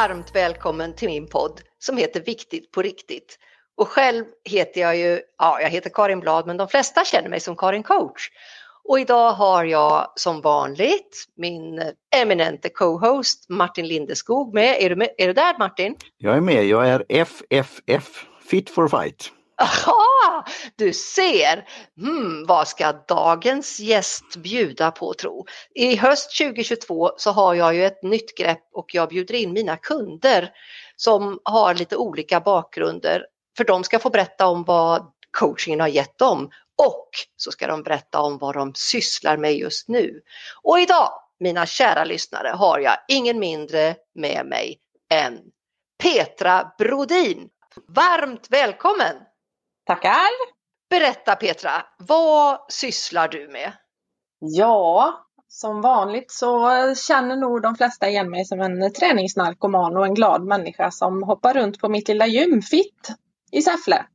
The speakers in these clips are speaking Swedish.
varmt välkommen till min podd som heter Viktigt på riktigt. Och själv heter jag heter Karin Blad, men de flesta känner mig som Karin Coach. Och idag har jag som vanligt min eminente co-host Martin Lindeskog med. Är du där, Martin? Jag är med, jag är FFF, Fit for Fight. Aha, du ser. Vad ska dagens gäst bjuda på, tro? I höst 2022 så har jag ju ett nytt grepp och jag bjuder in mina kunder som har lite olika bakgrunder. För de ska få berätta om vad coachingen har gett dem och så ska de berätta om vad de sysslar med just nu. Och idag, mina kära lyssnare, har jag ingen mindre med mig än Petra Brodin. Varmt välkommen! Tackar! Berätta Petra, vad sysslar du med? Ja, som vanligt så känner nog de flesta igen mig som en träningsnarkoman och en glad människa som hoppar runt på mitt lilla gym Fit i Säffle.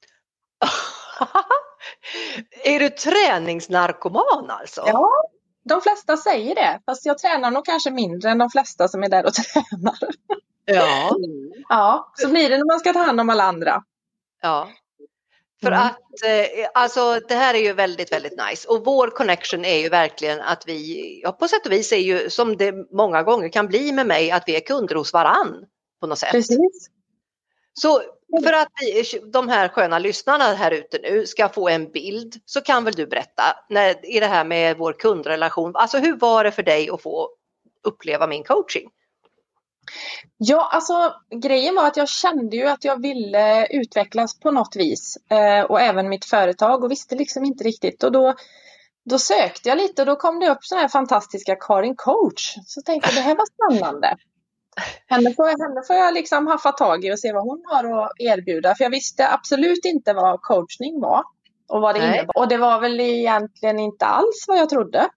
Är du träningsnarkoman alltså? Ja, de flesta säger det. Fast jag tränar nog kanske mindre än de flesta som är där och tränar. Ja. Ja, så blir det när man ska ta hand om alla andra. Ja. För att alltså det här är ju väldigt, väldigt nice. Och vår connection är ju verkligen att vi, på sätt och vis är ju som det många gånger kan bli med mig, att vi är kunder hos varann på något sätt. Precis. Så för att de här sköna lyssnarna här ute nu ska få en bild, så kan väl du berätta i det här med vår kundrelation. Alltså hur var det för dig att få uppleva min coaching? Ja, alltså grejen var att jag kände ju att jag ville utvecklas på något vis. Och även mitt företag, och visste liksom inte riktigt. Och då sökte jag lite och då kom det upp såna här fantastiska Karin Coach. Så tänkte jag, det här var spännande. Henne får jag liksom haffa tag i och se vad hon har att erbjuda. För jag visste absolut inte vad coachning var och vad det innebar. Och det var väl egentligen inte alls vad jag trodde.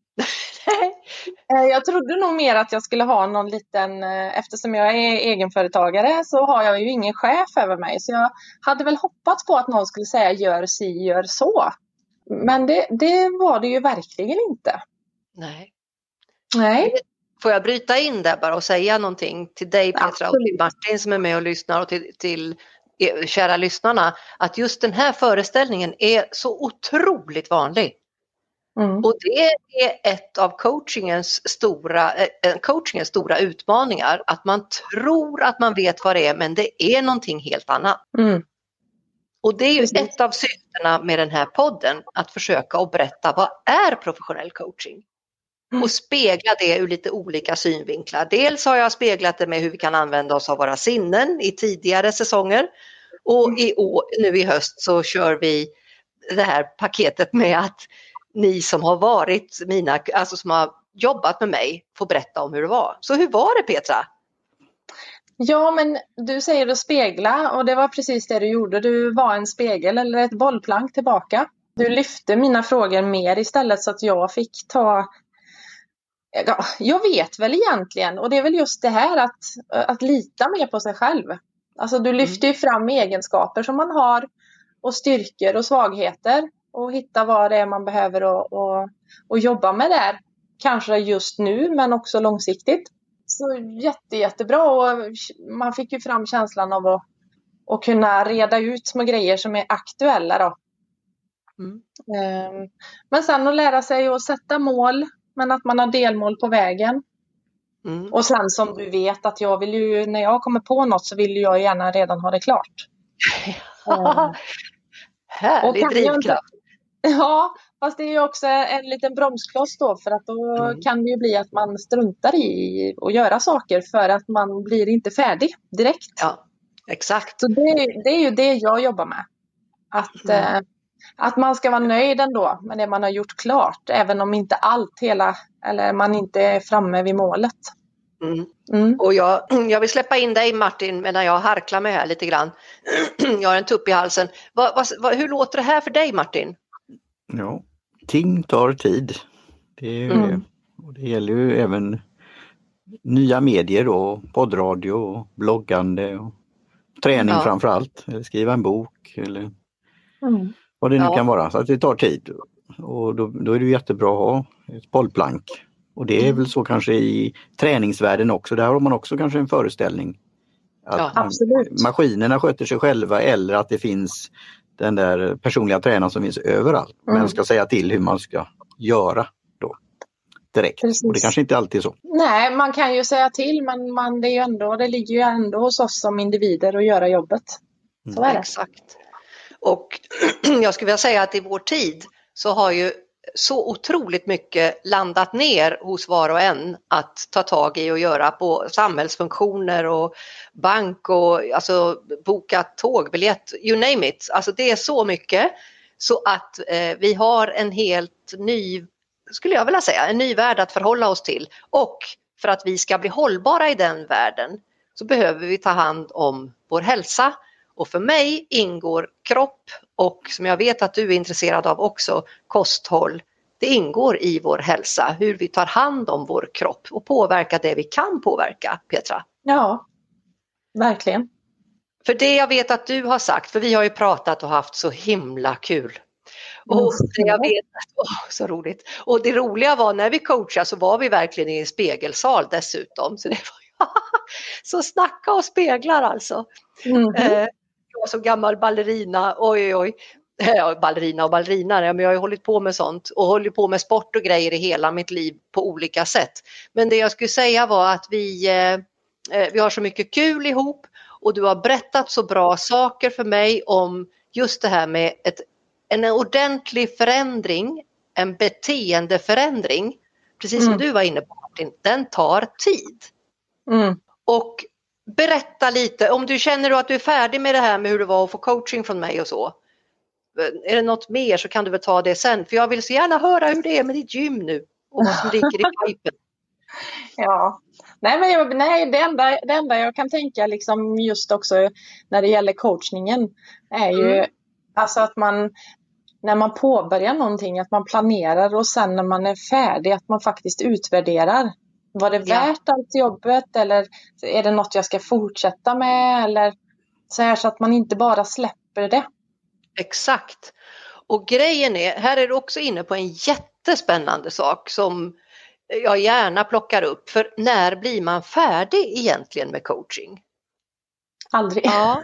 Jag trodde nog mer att jag skulle ha någon liten, eftersom jag är egenföretagare så har jag ju ingen chef över mig. Så jag hade väl hoppats på att någon skulle säga gör si, gör så. Men det var det ju verkligen inte. Nej. Får jag bryta in där bara och säga någonting till dig Petra och till Martin som är med och lyssnar och till kära lyssnarna. Att just den här föreställningen är så otroligt vanlig. Och det är ett av coachingens stora utmaningar. Att man tror att man vet vad det är, men det är någonting helt annat. Och det är ju ett av syftena med den här podden. Att försöka och berätta vad är professionell coaching. Och spegla det ur lite olika synvinklar. Dels har jag speglat det med hur vi kan använda oss av våra sinnen i tidigare säsonger. Och nu i höst så kör vi det här paketet med att ni som har varit som har jobbat med mig får berätta om hur det var. Så hur var det Petra? Ja, men du säger att spegla och det var precis det du gjorde. Du var en spegel eller ett bollplank tillbaka. Du lyfte mina frågor mer istället så att jag fick ta... Ja, jag vet väl egentligen, och det är väl just det här att lita mer på sig själv. Alltså du lyfter ju fram egenskaper som man har och styrkor och svagheter och hitta vad det är man behöver och jobba med där. Kanske just nu men också långsiktigt. Så jättebra, och man fick ju fram känslan av att kunna reda ut små grejer som är aktuella då. Men sen att lära sig att sätta mål. Men att man har delmål på vägen. Och sen som du vet att jag vill ju, när jag kommer på något så vill jag gärna redan ha det klart. Härlig drivkraft. Ja, fast det är ju också en liten bromskloss då. För att då kan det ju bli att man struntar i att göra saker för att man blir inte färdig direkt. Ja, exakt. Så det är ju det jag jobbar med. Att man ska vara nöjd ändå med det man har gjort klart. Även om inte eller man inte är framme vid målet. Och jag vill släppa in dig Martin medan jag harklar mig här lite grann. Jag har en tupp i halsen. Hur låter det här för dig Martin? Ja, ting tar tid. Och det gäller ju även nya medier då, poddradio och bloggande och träning framförallt. Eller skriva en bok eller vad det nu kan vara. Så att det tar tid. Och då är det jättebra att ha ett bollplank Och det är väl så kanske i träningsvärlden också. Där har man också kanske en föreställning. Att maskinerna sköter sig själva eller att det finns den där personliga tränaren som finns överallt. Men ska säga till hur man ska göra då direkt. Precis. Och det kanske inte alltid är så. Nej, man kan ju säga till men det ligger ju ändå hos oss som individer att göra jobbet. Så är det. Exakt. Och jag skulle vilja säga att i vår tid så har ju så otroligt mycket landat ner hos var och en att ta tag i och göra på samhällsfunktioner och bank och alltså boka tågbiljett, you name it. Alltså det är så mycket så att vi har en helt ny, skulle jag vilja säga, en ny värld att förhålla oss till. Och för att vi ska bli hållbara i den världen så behöver vi ta hand om vår hälsa. Och för mig ingår kropp och som jag vet att du är intresserad av också, kosthåll. Det ingår i vår hälsa, hur vi tar hand om vår kropp och påverkar det vi kan påverka, Petra. Ja, verkligen. För det jag vet att du har sagt, för vi har ju pratat och haft så himla kul. Och jag vet, så roligt. Och det roliga var när vi coachade så var vi verkligen i en spegelsal dessutom. Så det var så snacka och speglar alltså. Jag var så gammal ballerina, oj. Ballerina och ballerina, men jag har ju hållit på med sånt och hållit på med sport och grejer i hela mitt liv på olika sätt. Men det jag skulle säga var att vi har så mycket kul ihop och du har berättat så bra saker för mig om just det här med en ordentlig förändring, en beteendeförändring, precis som du var inne på Martin, den tar tid. Och berätta lite, om du känner att du är färdig med det här med hur det var att få coaching från mig och så. Är det något mer så kan du väl ta det sen. För jag vill så gärna höra hur det är med ditt gym nu. Och vad som ligger i pipen. Ja, det enda jag kan tänka liksom just också när det gäller coachningen är ju alltså att man när man påbörjar någonting att man planerar och sen när man är färdig att man faktiskt utvärderar. Var det värt allt jobbet eller är det något jag ska fortsätta med eller så här så att man inte bara släpper det. Exakt. Och grejen är, här är du också inne på en jättespännande sak som jag gärna plockar upp. För när blir man färdig egentligen med coaching? Aldrig. Ja,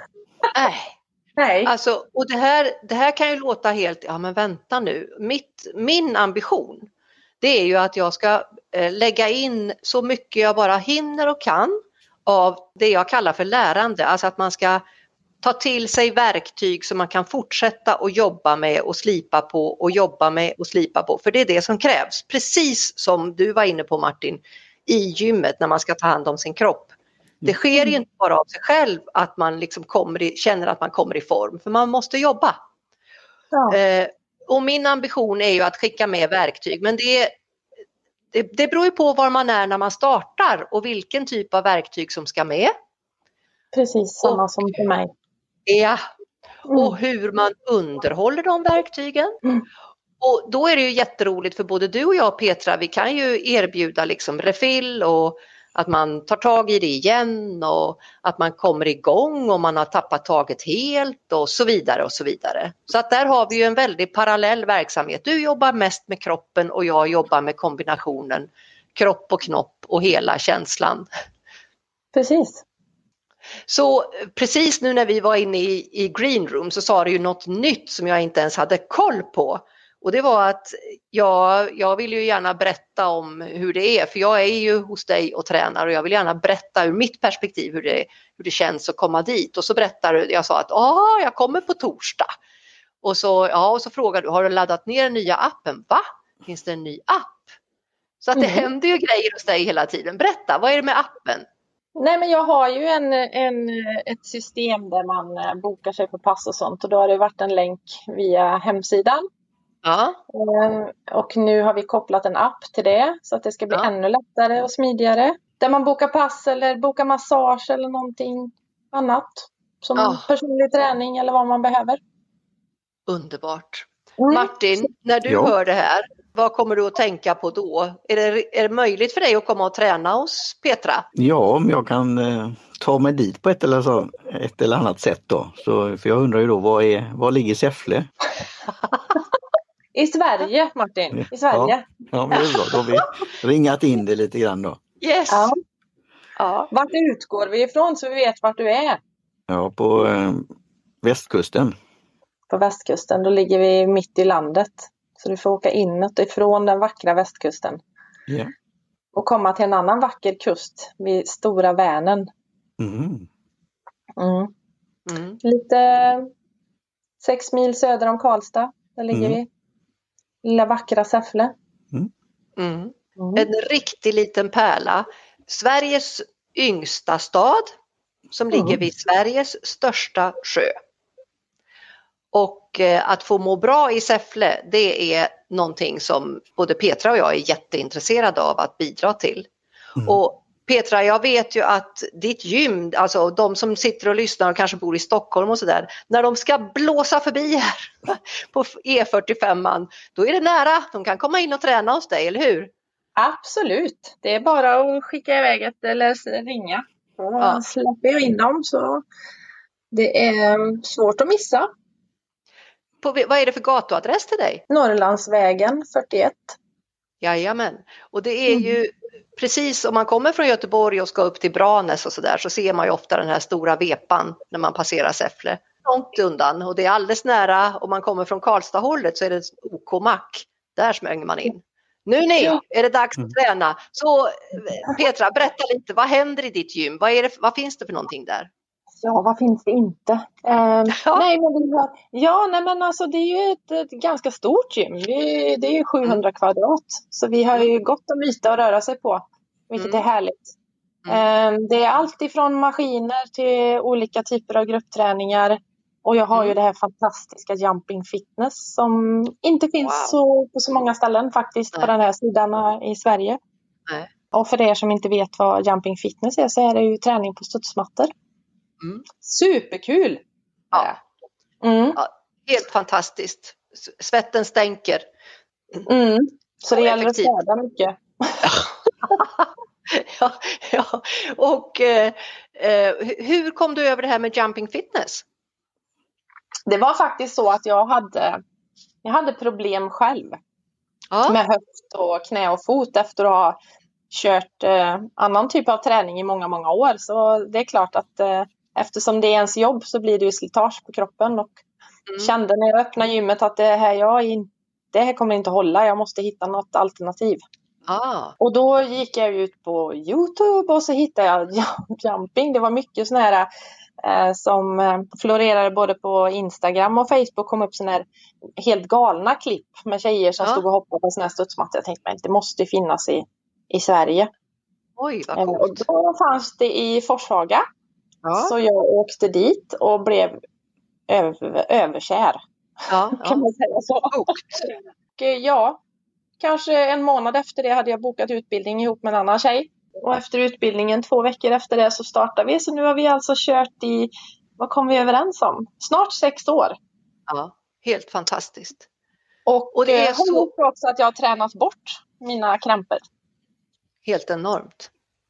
nej. Alltså, och det här kan ju låta helt, ja men vänta nu. Min ambition, det är ju att jag ska lägga in så mycket jag bara hinner och kan av det jag kallar för lärande. Alltså att man ska ta till sig verktyg som man kan fortsätta att jobba med och slipa på och jobba med och slipa på. För det är det som krävs. Precis som du var inne på Martin i gymmet när man ska ta hand om sin kropp. Det sker ju inte bara av sig själv att man liksom känner att man kommer i form. För man måste jobba. Ja. Och min ambition är ju att skicka med verktyg. Men det beror ju på var man är när man startar och vilken typ av verktyg som ska med. Precis samma som för mig. Ja, och hur man underhåller de verktygen. Och då är det ju jätteroligt för både du och jag Petra, vi kan ju erbjuda liksom refill och att man tar tag i det igen och att man kommer igång och man har tappat taget helt och så vidare och så vidare. Så att där har vi ju en väldigt parallell verksamhet. Du jobbar mest med kroppen och jag jobbar med kombinationen kropp och knopp och hela känslan. Precis. Så precis nu när vi var inne i green room så sa du ju något nytt som jag inte ens hade koll på. Och det var att jag vill ju gärna berätta om hur det är. För jag är ju hos dig och tränar och jag vill gärna berätta ur mitt perspektiv hur det känns att komma dit. Och så berättar du, jag sa att jag kommer på torsdag. Och så frågar du, har du laddat ner den nya appen? Va? Finns det en ny app? Så att det händer ju grejer hos dig hela tiden. Berätta, vad är det med appen? Nej, men jag har ju ett system där man bokar sig på pass och sånt. Och då har det varit en länk via hemsidan. Ja. Och nu har vi kopplat en app till det. Så att det ska bli ännu lättare och smidigare. Där man bokar pass eller bokar massage eller någonting annat. Som personlig träning eller vad man behöver. Underbart. Martin, när du hör det här, vad kommer du att tänka på då? Är det möjligt för dig att komma och träna hos Petra? Ja, om jag kan ta mig dit på ett eller annat sätt då. Så, för jag undrar ju då, var ligger Säffle? I Sverige, Martin. I Sverige. Ja, men det är bra. Då har vi ringat in det lite grann då. Yes. Ja. Vart utgår vi ifrån så vi vet vart du är? Ja, på västkusten. På västkusten, då ligger vi mitt i landet. Så du får åka inåt ifrån den vackra västkusten. Ja. Och komma till en annan vacker kust vid Stora Vänern. Lite 6 mil söder om Karlstad. Där ligger vi. Lilla vackra Säffle. En riktig liten pärla. Sveriges yngsta stad som ligger vid Sveriges största sjö. Och att få må bra i Säffle, det är någonting som både Petra och jag är jätteintresserade av att bidra till. Och Petra, jag vet ju att ditt gym, alltså de som sitter och lyssnar och kanske bor i Stockholm och sådär, när de ska blåsa förbi här på E45, då är det nära. De kan komma in och träna hos dig, eller hur? Absolut. Det är bara att skicka iväg ett eller ringa. Och släpper jag in dem så det är svårt att missa. Vad är det för gatuadress till dig? Norrlandsvägen 41. Jajamän. Och det är ju precis om man kommer från Göteborg och ska upp till Branäs och sådär, så ser man ju ofta den här stora vepan när man passerar Säffle. Långt undan, och det är alldeles nära. Om man kommer från Karlstad-hållet så är det OK-mack. Där smänger man in. Nu är det dags att träna. Så Petra, berätta lite. Vad händer i ditt gym? Vad finns det för någonting där? Ja, vad finns det inte? Men alltså det är ju ett ganska stort gym. Det är ju 700 kvadrat. Så vi har ju gott om yta att röra sig på. Vilket är härligt. Det är allt ifrån maskiner till olika typer av gruppträningar. Och jag har ju det här fantastiska Jumping Fitness som inte finns på så många ställen faktiskt på den här sidan i Sverige. Nej. Och för er som inte vet vad Jumping Fitness är så är det ju träning på studsmattor. Superkul! Ja. Helt fantastiskt. Svetten stänker. Så det gäller att städa mycket. Ja. Och hur kom du över det här med Jumping Fitness? Det var faktiskt så att jag hade problem själv. Med höft och knä och fot efter att ha kört annan typ av träning i många, många år. Så det är klart att eftersom det är ens jobb så blir det ju slitage på kroppen. Och kände när jag öppnade gymmet att det här kommer inte hålla. Jag måste hitta något alternativ. Och då gick jag ut på YouTube och så hittade jag jumping. Det var mycket sådana här som florerade både på Instagram och Facebook. Kom upp sådana här helt galna klipp med tjejer som stod och hoppade på sådana här studsmattor. Jag tänkte att det måste finnas i Sverige. Oj, vad coolt. Och då fanns det i Forshaga. Så jag åkte dit och blev överkär. Kan man säga så. Och kanske en månad efter det hade jag bokat utbildning ihop med en annan tjej. Och efter utbildningen 2 veckor efter det så startade vi. Så nu har vi alltså kört i, vad kom vi överens om? Snart 6 år. Ja, helt fantastiskt. Och det är så också att jag har tränat bort mina krämpor. Helt enormt.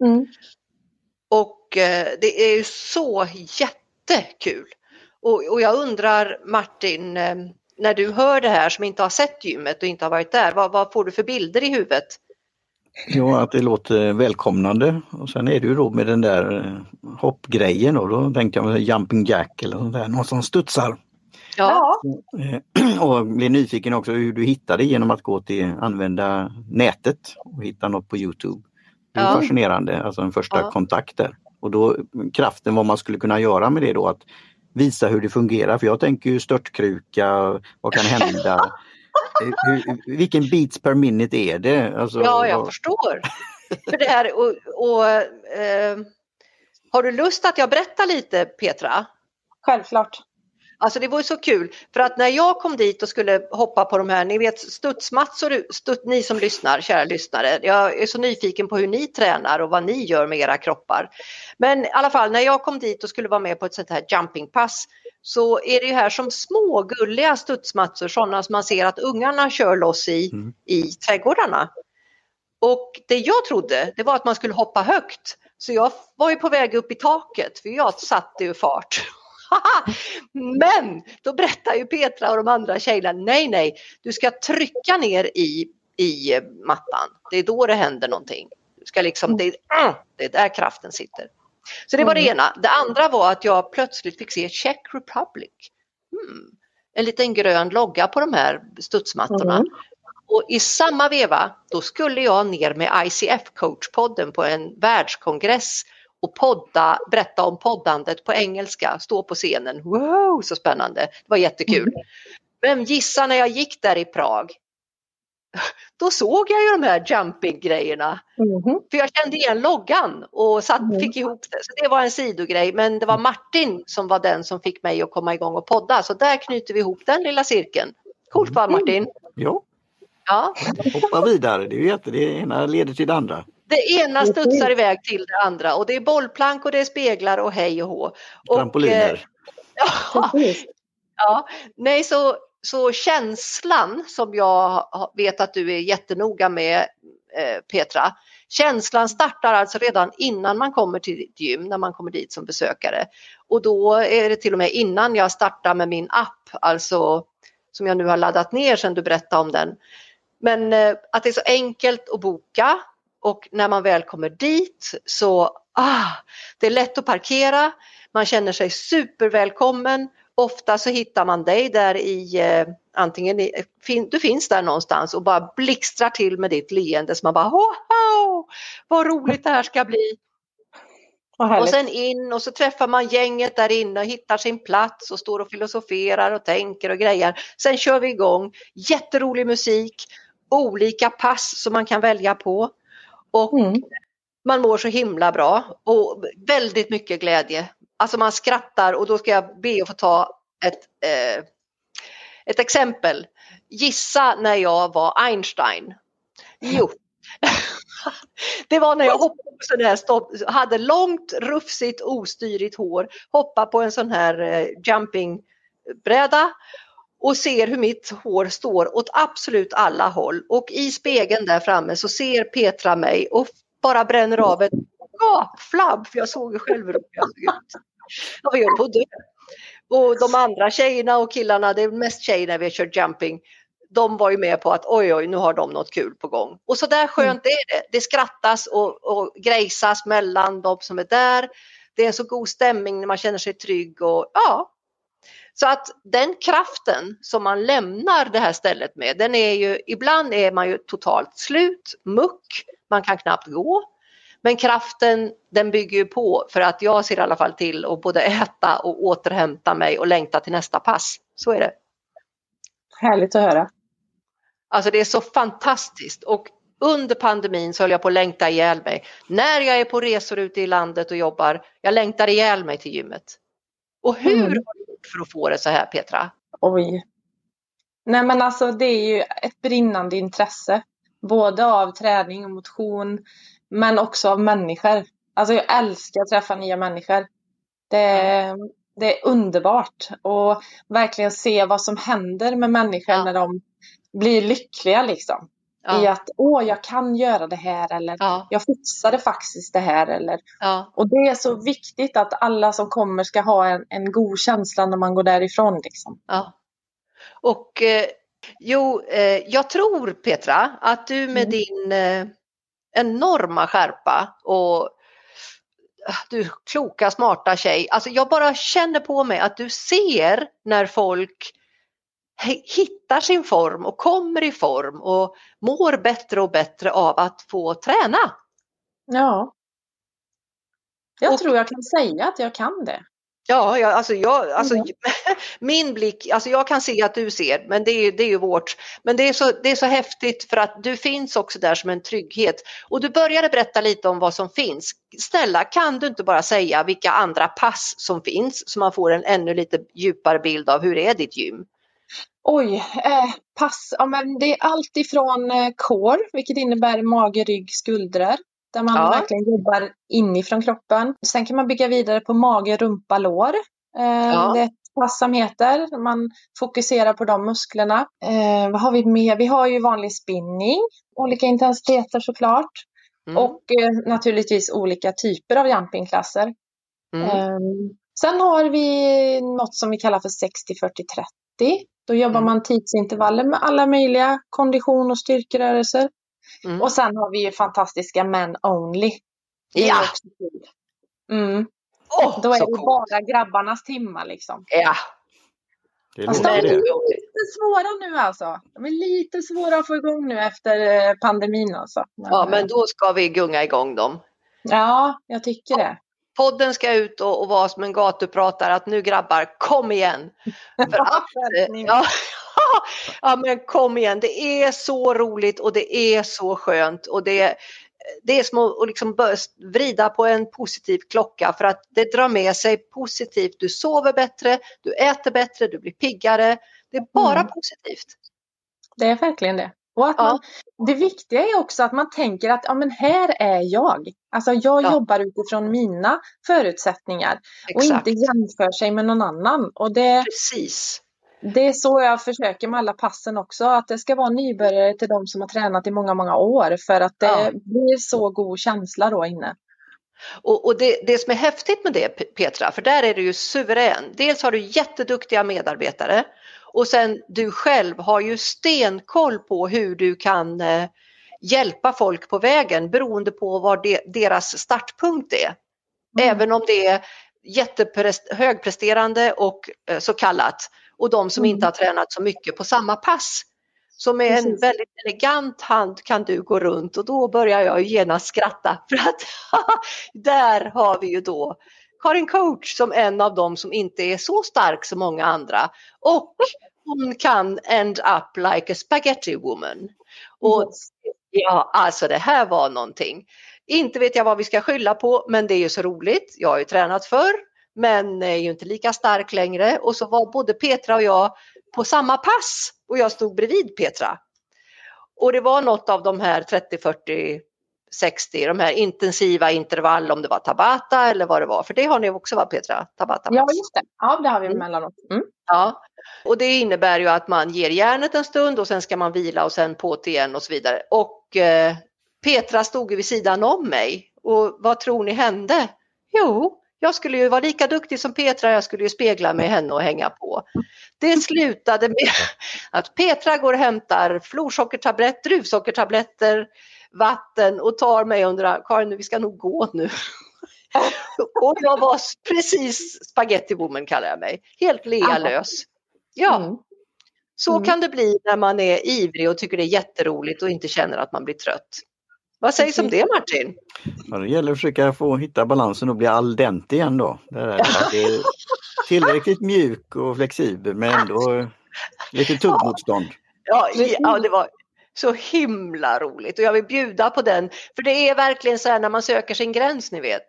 Och det är ju så jättekul. Och jag undrar, Martin, när du hör det här som inte har sett gymmet och inte har varit där, vad får du för bilder i huvudet? Ja, att det låter välkomnande. Och sen är det ju då med den där hoppgrejen och då tänkte jag med jumping jack eller sånt där, någon som studsar. Ja. Och blir nyfiken också hur du hittade genom att använda nätet och hitta något på YouTube. Det är fascinerande, alltså en första kontakt där. Och då kraften, vad man skulle kunna göra med det då, att visa hur det fungerar. För jag tänker ju störtkruka, vad kan hända? Vilken beats per minute är det? Alltså, jag förstår. För det här, har du lust att jag berättar lite, Petra? Självklart. Alltså det var ju så kul, för att när jag kom dit och skulle hoppa på de här, ni vet studsmattor, ni som lyssnar, kära lyssnare, jag är så nyfiken på hur ni tränar och vad ni gör med era kroppar. Men i alla fall, när jag kom dit och skulle vara med på ett sånt här jumpingpass så är det ju här som små gulliga studsmattor, sådana som man ser att ungarna kör loss i trädgårdarna. Och det jag trodde, det var att man skulle hoppa högt. Så jag var ju på väg upp i taket, för jag satte ju fart. Men då berättar ju Petra och de andra tjejerna, nej, du ska trycka ner i mattan. Det är då det händer någonting. Du ska liksom, det är där kraften sitter. Så det var det ena. Det andra var att jag plötsligt fick se Czech Republic. En liten grön logga på de här studsmattorna. Och i samma veva, då skulle jag ner med ICF-coachpodden på en världskongress och berätta om poddandet på engelska, stå på scenen. Wow, så spännande. Det var jättekul. Men gissa när jag gick där i Prag, då såg jag ju de här jumping-grejerna. För jag kände igen loggan och fick ihop det. Så det var en sidogrej. Men det var Martin som var den som fick mig att komma igång och podda. Så där knyter vi ihop den lilla cirkeln. Coolt va Martin? Ja. Ja. Hoppa vidare. Det är ju det ena leder till det andra. Det ena studsar iväg till det andra. Och det är bollplank och det är speglar och hej och hå. Trampoliner. Nej, så känslan som jag vet att du är jättenoga med Petra. Känslan startar alltså redan innan man kommer till ditt gym, när man kommer dit som besökare. Och då är det till och med innan jag startar med min app, alltså som jag nu har laddat ner sedan du berättade om den. Men att det är så enkelt att boka och när man väl kommer dit så det är lätt att parkera. Man känner sig supervälkommen. Ofta så hittar man dig där du finns där någonstans och bara blixtrar till med ditt leende så man bara vad roligt det här ska bli. Och sen in och så träffar man gänget där inne och hittar sin plats och står och filosoferar och tänker och grejer. Sen kör vi igång. Jätterolig musik, olika pass som man kan välja på och man mår så himla bra och väldigt mycket glädje. Alltså man skrattar och då ska jag be att få ta ett exempel. Gissa när jag var Einstein. Jo. Det var när jag hoppade på sån här hade långt, rufsigt, ostyrigt hår. Hoppade på en sån här jumpingbräda och ser hur mitt hår står åt absolut alla håll. Och i spegeln där framme så ser Petra mig och bara bränner av ett flabb. För jag såg ju själv hur jag såg ut. Jag var ju på det. Och de andra tjejerna och killarna, det är mest tjejerna vi har kört jumping. De var ju med på att oj, nu har de något kul på gång. Och så där skönt är det. Det skrattas och grejsas mellan de som är där. Det är en så god stämning när man känner sig trygg. Så att den kraften som man lämnar det här stället med, den är ju, ibland är man ju totalt slut, muck, man kan knappt gå. Men kraften den bygger ju på för att jag ser i alla fall till att både äta och återhämta mig och längta till nästa pass. Så är det. Härligt att höra. Alltså det är så fantastiskt och under pandemin så höll jag på att längta ihjäl mig. När jag är på resor ute i landet och jobbar, jag längtar ihjäl mig till gymmet. Och hur har du gjort för att få det så här Petra? Oj. Nej men alltså det är ju ett brinnande intresse. Både av träning och motion. Men också av människor. Alltså jag älskar att träffa nya människor. Det är underbart. Och verkligen se vad som händer med människor när de blir lyckliga liksom. I att jag kan göra det här. Eller jag fixade faktiskt det här. Eller. Och det är så viktigt att alla som kommer ska ha en god känsla när man går därifrån liksom. Ja. Och jag tror Petra att du med din enorma skärpa och du kloka smarta tjej, alltså jag bara känner på mig att du ser när folk hittar sin form och kommer i form och mår bättre och bättre av att få träna. Ja. Jag tror jag kan säga att jag kan det. Ja, min blick, alltså jag kan se att du ser, men det är ju vårt, men det är så häftigt för att du finns också där som en trygghet och du började berätta lite om vad som finns. Snälla, kan du inte bara säga vilka andra pass som finns så man får en ännu lite djupare bild av hur är ditt gym? Pass, men det är allt ifrån core, vilket innebär mage, rygg, skuldror. Där man verkligen jobbar inifrån kroppen. Sen kan man bygga vidare på mage, rumpa, lår. Det är ett pass som heter. Man fokuserar på de musklerna. Vad har vi med? Vi har ju vanlig spinning. Olika intensiteter såklart. Och naturligtvis olika typer av jumpingklasser. Sen har vi något som vi kallar för 60-40-30. Då jobbar man tidsintervaller med alla möjliga kondition- och styrkerörelser. Och sen har vi ju fantastiska men only. Det är också kul. Då är det bara grabbarnas timmar liksom. Ja. Fast de är lite svåra nu alltså. De är lite svåra att få igång nu efter pandemin alltså. Men då ska vi gunga igång dem. Ja, jag tycker det. Podden ska ut och vara som en gatupratare att nu grabbar, kom igen. För att, men kom igen. Det är så roligt och det är så skönt och det är som att liksom vrida på en positiv klocka för att det drar med sig positivt. Du sover bättre, du äter bättre, du blir piggare. Det är bara positivt. Det är verkligen det. Och att det viktiga är också att man tänker att men här är jag. Alltså jag jobbar utifrån mina förutsättningar. Exakt. Och inte jämför sig med någon annan. Och Precis. Det är så jag försöker med alla passen också. Att det ska vara nybörjare till de som har tränat i många, många år. För att det blir så god känsla då inne. Och det som är häftigt med det, Petra, för där är du ju suverän. Dels har du jätteduktiga medarbetare. Och sen du själv har ju stenkoll på hur du kan hjälpa folk på vägen beroende på vad deras startpunkt är. Även om det är högpresterande och så kallat. Och de som inte har tränat så mycket på samma pass. Så med en väldigt elegant hand kan du gå runt och då börjar jag genast skratta. För att där har vi ju då Karin Coach som en av dem som inte är så stark som många andra. Och hon kan end up like a spaghetti woman. Och alltså det här var någonting. Inte vet jag vad vi ska skylla på, men det är ju så roligt. Jag har ju tränat förr, men är ju inte lika stark längre. Och så var både Petra och jag på samma pass. Och jag stod bredvid Petra. Och det var något av de här 30, 40, 60, de här intensiva intervall, om det var Tabata eller vad det var. För det har ni också, va Petra? Tabata. Ja, just det. Ja, det har vi emellanåt. Ja, och det innebär ju att man ger järnet en stund och sen ska man vila och sen på igen och så vidare. Och Petra stod vid sidan om mig. Och vad tror ni hände? Jo, jag skulle ju vara lika duktig som Petra, jag skulle ju spegla mig henne och hänga på. Det slutade med att Petra går och hämtar florsockertabletter, druvsockertabletter, vatten och tar mig under Karin, vi ska nog gå nu. Och jag var precis spaghetti woman kallar jag mig. Helt lealös. Ja, så kan det bli när man är ivrig och tycker det är jätteroligt och inte känner att man blir trött. Vad sägs om det, Martin? Ja, det gäller att försöka hitta balansen och bli al dente igen då. Det är tillräckligt mjuk och flexibel men ändå lite tuggmotstånd. Ja, det var så himla roligt och jag vill bjuda på den. För det är verkligen så här när man söker sin gräns, ni vet.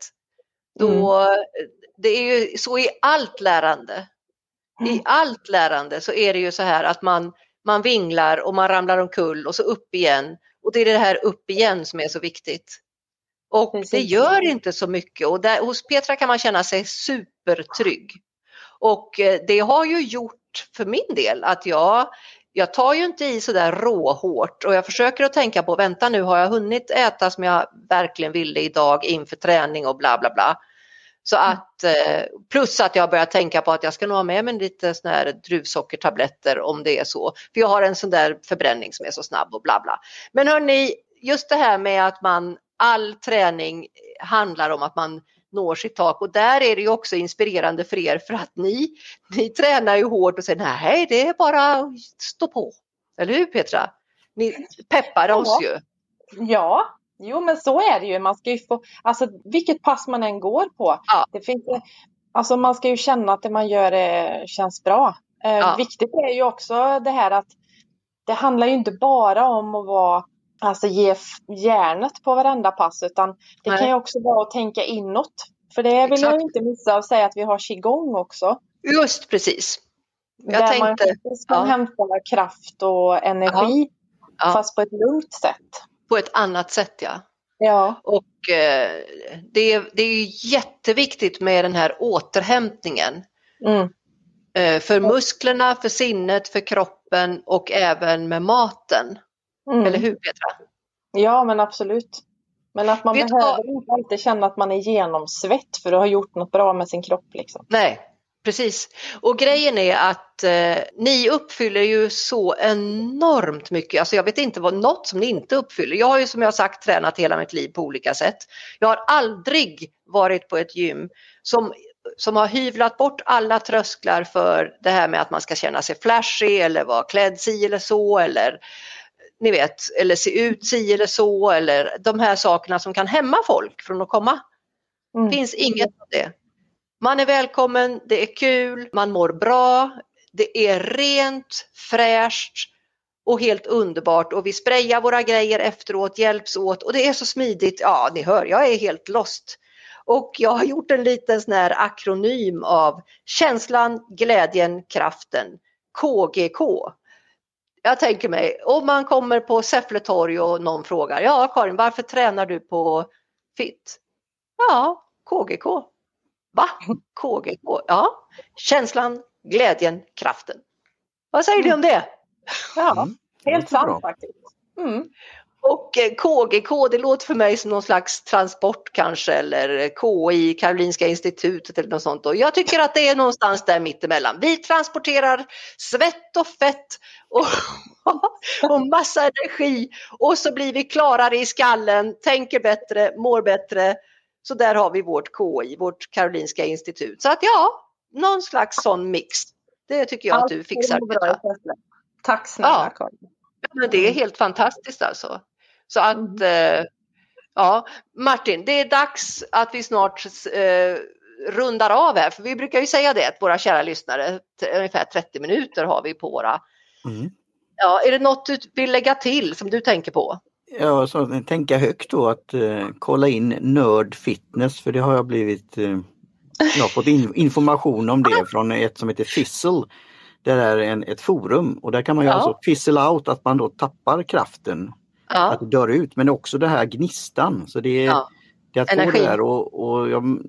Då, det är ju så i allt lärande. I allt lärande så är det ju så här att man vinglar och man ramlar omkull och så upp igen. Och det är det här upp igen som är så viktigt. Och det gör inte så mycket. Och hos Petra kan man känna sig supertrygg. Och det har ju gjort för min del att jag tar ju inte i så där råhårt. Och jag försöker att tänka på, vänta nu har jag hunnit äta som jag verkligen ville idag inför träning och bla bla bla. Så att, plus att jag börjar tänka på att jag ska nog ha med mig lite såna här druvsockertabletter om det är så. För jag har en sån där förbränning som är så snabb och bla bla. Men hörni, just det här med att all träning handlar om att man når sitt tak. Och där är det ju också inspirerande för er för att ni tränar ju hårt och säger nej det är bara att stå på. Eller hur Petra? Ni peppar oss ju. Ja. Jo, men så är det ju. Man ska ju få, alltså vilket pass man än går på. Ja. Det finns, alltså man ska ju känna att det man gör känns bra. Viktigt är ju också det här att det handlar ju inte bara om att ge järnet på varenda pass. Utan det kan ju också vara att tänka inåt. För det vill jag inte missa att säga att vi har qigong också. Just precis. Jag tänkte man ska hämta kraft och energi. Fast på ett lugnt sätt. På ett annat sätt, ja. Och det är jätteviktigt med den här återhämtningen. För musklerna, för sinnet, för kroppen och även med maten. Eller hur Petra? Ja, men absolut. Men att man behöver inte alltid känna att man är genomsvett för att ha gjort något bra med sin kropp. Liksom. Nej, precis. Och grejen är att ni uppfyller ju så enormt mycket. Alltså jag vet inte vad något som ni inte uppfyller. Jag har ju som jag sagt tränat hela mitt liv på olika sätt. Jag har aldrig varit på ett gym som har hyvlat bort alla trösklar för det här med att man ska känna sig flashy eller vara klädd si eller så eller ni vet, eller se ut si eller så eller de här sakerna som kan hämma folk från att komma. Det finns inget av det. Man är välkommen, det är kul, man mår bra, det är rent, fräscht och helt underbart och vi sprayar våra grejer efteråt, hjälps åt och det är så smidigt. Ja, ni hör, jag är helt lost. Och jag har gjort en liten sån här akronym av känslan, glädjen, kraften, KGK. Jag tänker mig, om man kommer på Säffletorg och någon frågar, ja Karin, varför tränar du på FIT? Ja, KGK. Va? KGK? Ja, känslan, glädjen, kraften. Vad säger du om det? Ja, helt sant faktiskt. Och KGK, det låter för mig som någon slags transport kanske eller KI, Karolinska institutet eller något sånt. Och jag tycker att det är någonstans där mittemellan. Vi transporterar svett och fett och massa energi och så blir vi klarare i skallen, tänker bättre, mår bättre. Så där har vi vårt KI, vårt Karolinska institut. Så att ja, någon slags sån mix. Det tycker jag att du fixar. Tack snälla Karin. Ja, men det är helt fantastiskt alltså. Så att, ja, Martin, det är dags att vi snart rundar av här. För vi brukar ju säga det, att våra kära lyssnare, ungefär 30 minuter har vi på våra. Ja, är det något du vill lägga till som du tänker på? Ja, så tänka högt då att kolla in Nörd Fitness, för det har jag blivit, jag har fått information om det från ett som heter Fizzle. Det är ett forum och där kan man ju alltså fizzle out, att man då tappar kraften, att det dör ut, men också det här gnistan. Så det är att få det där och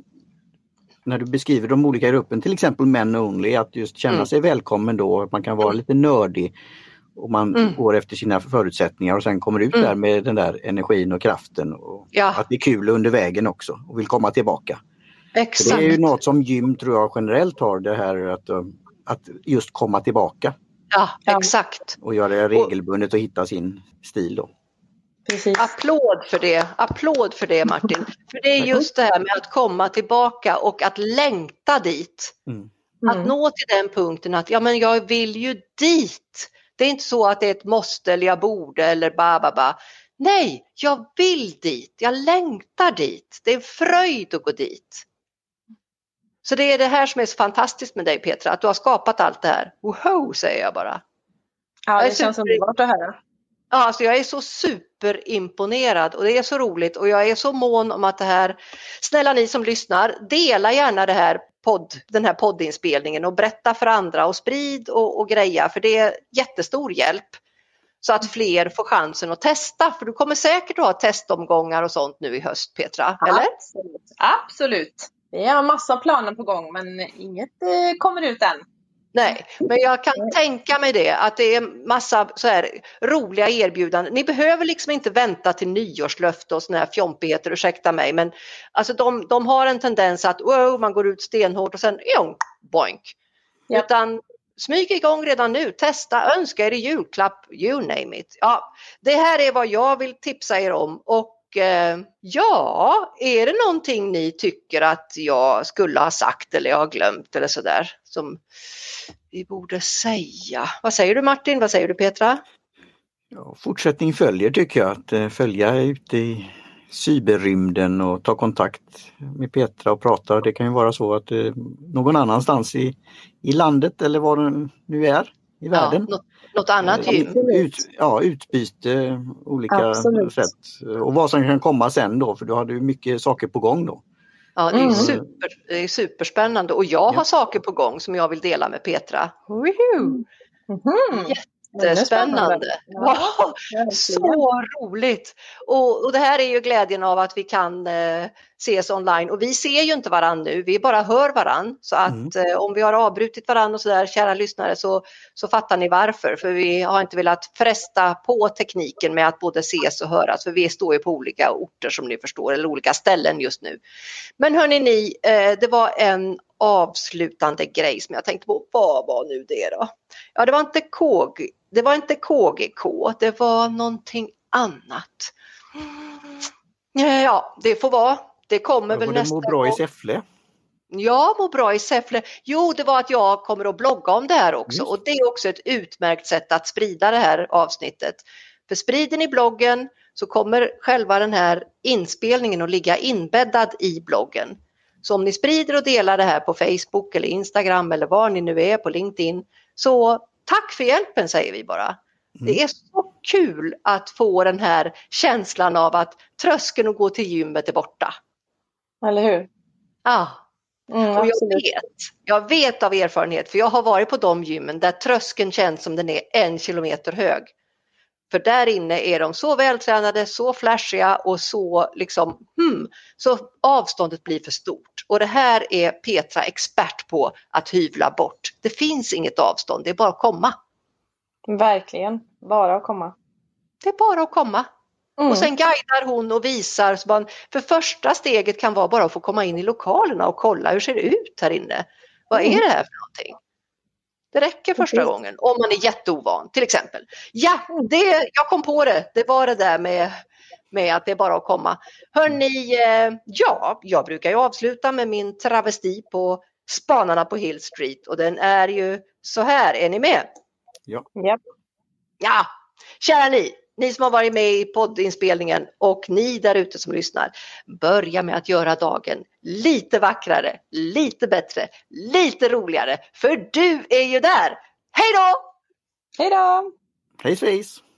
när du beskriver de olika gruppen, till exempel Men Only, att just känna sig välkommen då, att man kan vara lite nördig och man går efter sina förutsättningar och sen kommer ut där med den där energin och kraften och att det är kul under vägen också och vill komma tillbaka. Exakt. Det är ju något som gym tror jag generellt har, det här att just komma tillbaka. Ja, exakt. Och göra det regelbundet och hitta sin stil då. Precis. Applåd för det Martin. För det är just det här med att komma tillbaka och att längta dit. Att nå till den punkten att ja, men jag vill ju dit. Det är inte så att det är ett måste eller jag borde eller Nej, jag vill dit. Jag längtar dit. Det är fröjd att gå dit. Så det är det här som är så fantastiskt med dig Petra. Att du har skapat allt det här. Woho, säger jag bara. Ja, det känns underbart det här. Ja, alltså jag är så superimponerad och det är så roligt och jag är så mån om att det här, snälla ni som lyssnar, dela gärna den här poddinspelningen och berätta för andra och sprid och greja, för det är jättestor hjälp så att fler får chansen att testa, för du kommer säkert att ha testomgångar och sånt nu i höst Petra, eller? Absolut. Vi har massa planer på gång men inget kommer ut än. Nej, men jag kan tänka mig det, att det är massa så här roliga erbjudanden. Ni behöver liksom inte vänta till nyårslöfte och såna här fjompigheter, ursäkta mig. Men alltså de har en tendens att man går ut stenhårt och sen boink. Ja. Utan smyg igång redan nu, testa, önska er i julklapp, you name it. Ja, det här är vad jag vill tipsa er om och är det någonting ni tycker att jag skulle ha sagt eller jag har glömt eller sådär som vi borde säga? Vad säger du Martin? Vad säger du Petra? Ja, fortsättning följer tycker jag, att följa ute i cyberrymden och ta kontakt med Petra och prata. Det kan ju vara så att någon annanstans i landet eller var den nu är i världen. Något annat gym. Utbyte olika sätt. Och vad som kan komma sen då, för du hade ju mycket saker på gång då. Ja, det är superspännande och jag har saker på gång som jag vill dela med Petra. jättespännande. Ja, så roligt. Och det här är ju glädjen av att vi kan ses online. Och vi ser ju inte varann nu, vi bara hör varann. Så att om vi har avbrutit varann och sådär, kära lyssnare, så fattar ni varför. För vi har inte velat fresta på tekniken med att både ses och höras. För vi står ju på olika orter som ni förstår, eller olika ställen just nu. Men hörni ni, det var en avslutande grej som jag tänkte på. Vad var nu det då? Ja, det var inte KGK, det var någonting annat. Ja, det får vara. Det kommer väl nästa gång. Må bra i Säffle. Ja, må bra i Säffle. Jo, det var att jag kommer att blogga om det här också. Och det är också ett utmärkt sätt att sprida det här avsnittet. För sprider ni bloggen så kommer själva den här inspelningen att ligga inbäddad i bloggen. Så om ni sprider och delar det här på Facebook eller Instagram eller var ni nu är på LinkedIn, så tack för hjälpen säger vi bara. Det är så kul att få den här känslan av att tröskeln att gå till gymmet är borta. Eller hur? Ja. Och jag vet av erfarenhet, för jag har varit på de gymmen där tröskeln känns som den är 1 kilometer hög. För där inne är de så vältränade, så flashiga och så liksom, så avståndet blir för stort. Och det här är Petra expert på att hyvla bort. Det finns inget avstånd, det är bara att komma. Verkligen, bara att komma. Det är bara att komma. Och sen guidar hon och visar. Så man, för första steget kan vara bara att få komma in i lokalerna och kolla hur ser det ut här inne. Vad är det här för någonting? Det räcker första gången om man är jätteovan till exempel. Ja, jag kom på det. Det var det där med att det är bara att komma. Hörrni, jag brukar ju avsluta med min travesti på Spanarna på Hill Street. Och den är ju så här. Är ni med? Ja. Ja, kära ni som har varit med i poddinspelningen och ni där ute som lyssnar, börja med att göra dagen lite vackrare, lite bättre, lite roligare, för du är ju där. Hej då! Hej då! Hej svejs!